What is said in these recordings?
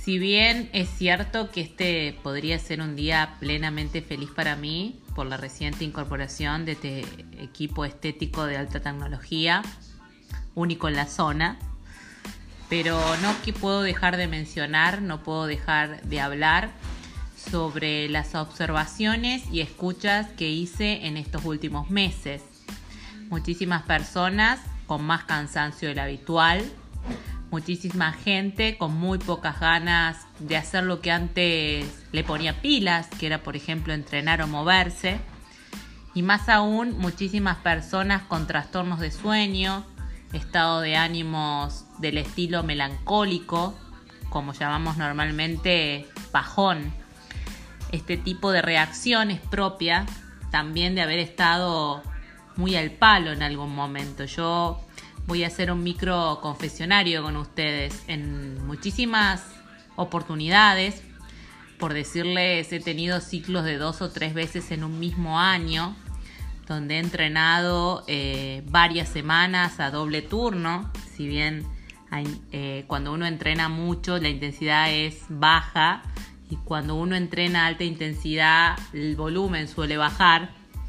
Si bien es cierto que este podría ser un día plenamente feliz para mí por la reciente incorporación de este equipo estético de alta tecnología, único en la zona, pero no que puedo dejar de mencionar, no puedo dejar de hablar sobre las observaciones y escuchas que hice en estos últimos meses. Muchísimas personas con más cansancio del habitual, muchísima gente con muy pocas ganas de hacer lo que antes le ponía pilas, que era, por ejemplo, entrenar o moverse. Y más aún, muchísimas personas con trastornos de sueño, estado de ánimos del estilo melancólico, como llamamos normalmente bajón. Este tipo de reacción es propia también de haber estado muy al palo en algún momento. Yo voy a hacer un micro confesionario con ustedes. En muchísimas oportunidades, por decirles, he tenido ciclos de 2 o 3 veces en un mismo año, donde he entrenado varias semanas a doble turno. Si bien cuando uno entrena mucho la intensidad es baja, y cuando uno entrena a alta intensidad el volumen suele bajar.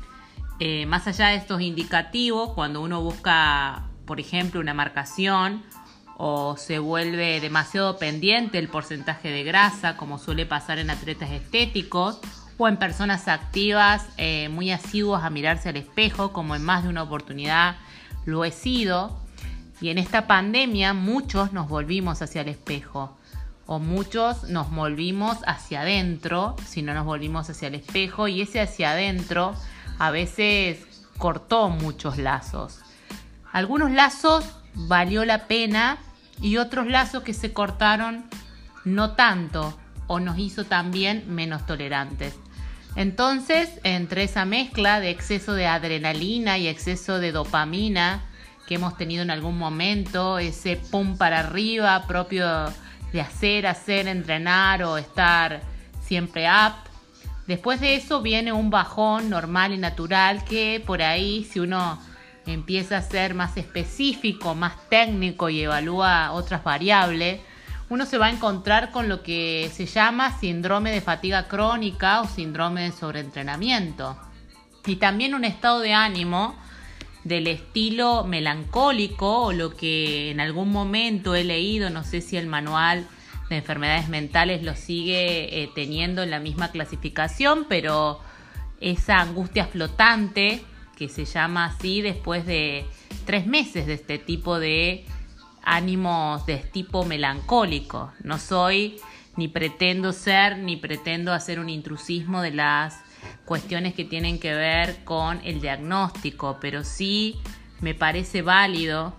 Más allá de estos indicativos, cuando uno busca, por ejemplo, una marcación o se vuelve demasiado pendiente el porcentaje de grasa, como suele pasar en atletas estéticos o en personas activas muy asiduas a mirarse al espejo, como en más de una oportunidad lo he sido. Y en esta pandemia muchos nos volvimos hacia el espejo, o muchos nos volvimos hacia adentro, si no nos volvimos hacia el espejo, y ese hacia adentro a veces cortó muchos lazos. Algunos lazos valió la pena y otros lazos que se cortaron no tanto, o nos hizo también menos tolerantes. Entonces, entre esa mezcla de exceso de adrenalina y exceso de dopamina que hemos tenido en algún momento, ese pum para arriba propio de hacer, entrenar o estar siempre up, después de eso viene un bajón normal y natural que por ahí, si uno empieza a ser más específico, más técnico y evalúa otras variables, uno se va a encontrar con lo que se llama síndrome de fatiga crónica o síndrome de sobreentrenamiento. Y también un estado de ánimo del estilo melancólico, o lo que en algún momento he leído, no sé si el manual de enfermedades mentales lo sigue teniendo en la misma clasificación, pero esa angustia flotante, que se llama así después de 3 meses de este tipo de ánimos de tipo melancólico. No soy, ni pretendo ser, ni pretendo hacer un intrusismo de las cuestiones que tienen que ver con el diagnóstico, pero sí me parece válido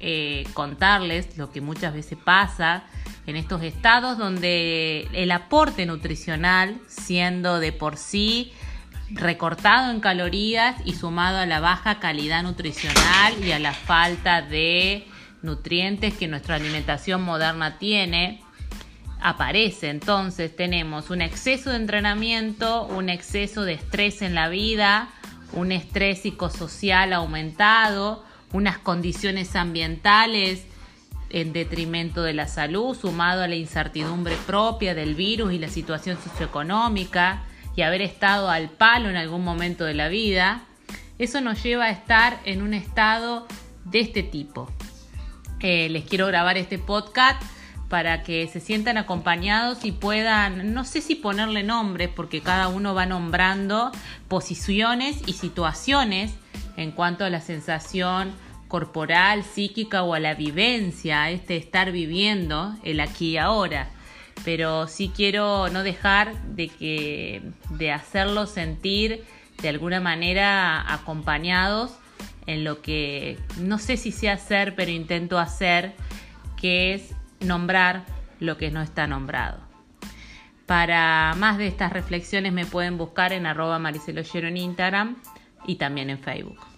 contarles lo que muchas veces pasa en estos estados donde el aporte nutricional, siendo de por sí recortado en calorías y sumado a la baja calidad nutricional y a la falta de nutrientes que nuestra alimentación moderna tiene, aparece. Entonces tenemos un exceso de entrenamiento, un exceso de estrés en la vida, un estrés psicosocial aumentado, unas condiciones ambientales en detrimento de la salud, sumado a la incertidumbre propia del virus y la situación socioeconómica y haber estado al palo en algún momento de la vida. Eso nos lleva a estar en un estado de este tipo. Les quiero grabar este podcast para que se sientan acompañados y puedan, no sé si ponerle nombre, porque cada uno va nombrando posiciones y situaciones en cuanto a la sensación corporal, psíquica o a la vivencia, estar viviendo el aquí y ahora. Pero sí quiero no dejar de hacerlos sentir de alguna manera acompañados en lo que no sé si sé hacer, pero intento hacer, que es nombrar lo que no está nombrado. Para más de estas reflexiones me pueden buscar en @mariceloyero en Instagram y también en Facebook.